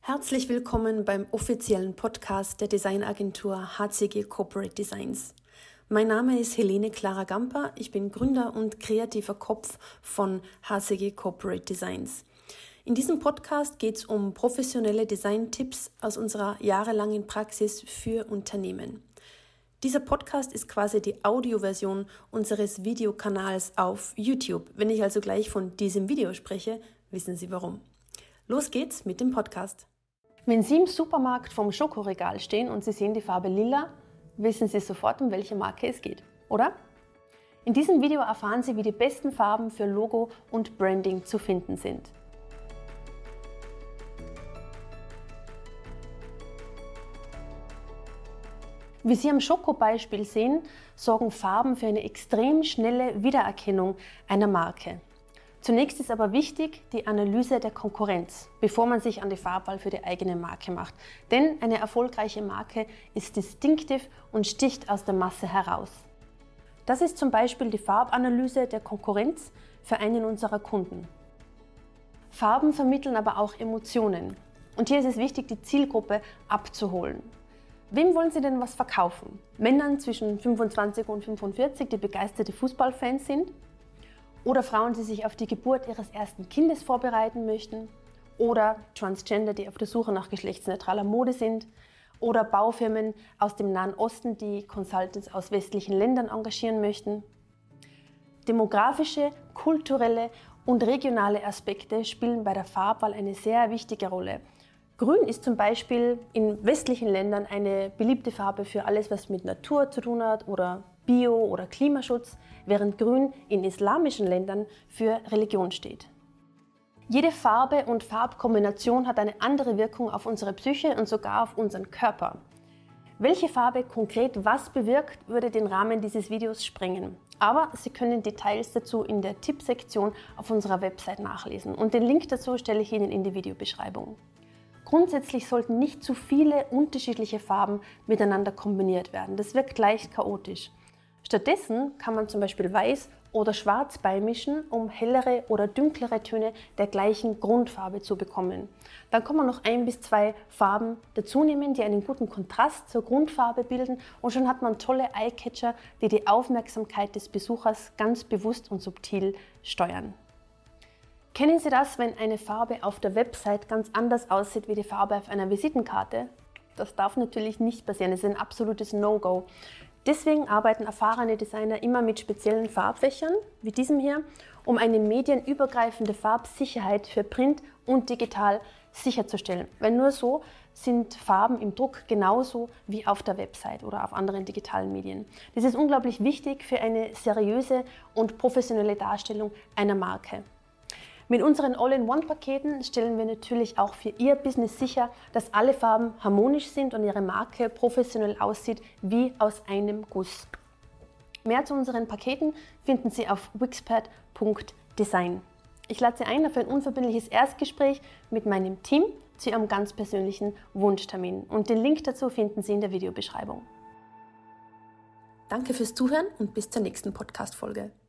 Herzlich willkommen beim offiziellen Podcast der Designagentur HCG Corporate Designs. Mein Name ist Helene Clara Gamper, ich bin Gründer und kreativer Kopf von HCG Corporate Designs. In diesem Podcast geht es um professionelle Design-Tipps aus unserer jahrelangen Praxis für Unternehmen. Dieser Podcast ist quasi die Audioversion unseres Videokanals auf YouTube. Wenn ich also gleich von diesem Video spreche, wissen Sie warum. Los geht's mit dem Podcast. Wenn Sie im Supermarkt vorm Schokoregal stehen und Sie sehen die Farbe Lila, wissen Sie sofort, um welche Marke es geht, oder? In diesem Video erfahren Sie, wie die besten Farben für Logo und Branding zu finden sind. Wie Sie am Schoko-Beispiel sehen, sorgen Farben für eine extrem schnelle Wiedererkennung einer Marke. Zunächst ist aber wichtig die Analyse der Konkurrenz, bevor man sich an die Farbwahl für die eigene Marke macht. Denn eine erfolgreiche Marke ist distinktiv und sticht aus der Masse heraus. Das ist zum Beispiel die Farbanalyse der Konkurrenz für einen unserer Kunden. Farben vermitteln aber auch Emotionen. Und hier ist es wichtig, die Zielgruppe abzuholen. Wem wollen Sie denn was verkaufen? Männern zwischen 25 und 45, die begeisterte Fußballfans sind? Oder Frauen, die sich auf die Geburt ihres ersten Kindes vorbereiten möchten? Oder Transgender, die auf der Suche nach geschlechtsneutraler Mode sind? Oder Baufirmen aus dem Nahen Osten, die Consultants aus westlichen Ländern engagieren möchten? Demografische, kulturelle und regionale Aspekte spielen bei der Farbwahl eine sehr wichtige Rolle. Grün ist zum Beispiel in westlichen Ländern eine beliebte Farbe für alles, was mit Natur zu tun hat oder Bio- oder Klimaschutz, während Grün in islamischen Ländern für Religion steht. Jede Farbe und Farbkombination hat eine andere Wirkung auf unsere Psyche und sogar auf unseren Körper. Welche Farbe konkret was bewirkt, würde den Rahmen dieses Videos sprengen. Aber Sie können Details dazu in der Tippsektion auf unserer Website nachlesen und den Link dazu stelle ich Ihnen in die Videobeschreibung. Grundsätzlich sollten nicht zu viele unterschiedliche Farben miteinander kombiniert werden. Das wirkt leicht chaotisch. Stattdessen kann man zum Beispiel Weiß oder Schwarz beimischen, um hellere oder dunklere Töne der gleichen Grundfarbe zu bekommen. Dann kann man noch 1 bis 2 Farben dazu nehmen, die einen guten Kontrast zur Grundfarbe bilden und schon hat man tolle Eyecatcher, die die Aufmerksamkeit des Besuchers ganz bewusst und subtil steuern. Kennen Sie das, wenn eine Farbe auf der Website ganz anders aussieht wie die Farbe auf einer Visitenkarte? Das darf natürlich nicht passieren, es ist ein absolutes No-Go. Deswegen arbeiten erfahrene Designer immer mit speziellen Farbfächern, wie diesem hier, um eine medienübergreifende Farbsicherheit für Print und digital sicherzustellen. Weil nur so sind Farben im Druck genauso wie auf der Website oder auf anderen digitalen Medien. Das ist unglaublich wichtig für eine seriöse und professionelle Darstellung einer Marke. Mit unseren All-in-One-Paketen stellen wir natürlich auch für Ihr Business sicher, dass alle Farben harmonisch sind und Ihre Marke professionell aussieht wie aus einem Guss. Mehr zu unseren Paketen finden Sie auf wixpad.design. Ich lade Sie ein auf ein unverbindliches Erstgespräch mit meinem Team zu Ihrem ganz persönlichen Wunschtermin. Und den Link dazu finden Sie in der Videobeschreibung. Danke fürs Zuhören und bis zur nächsten Podcast-Folge.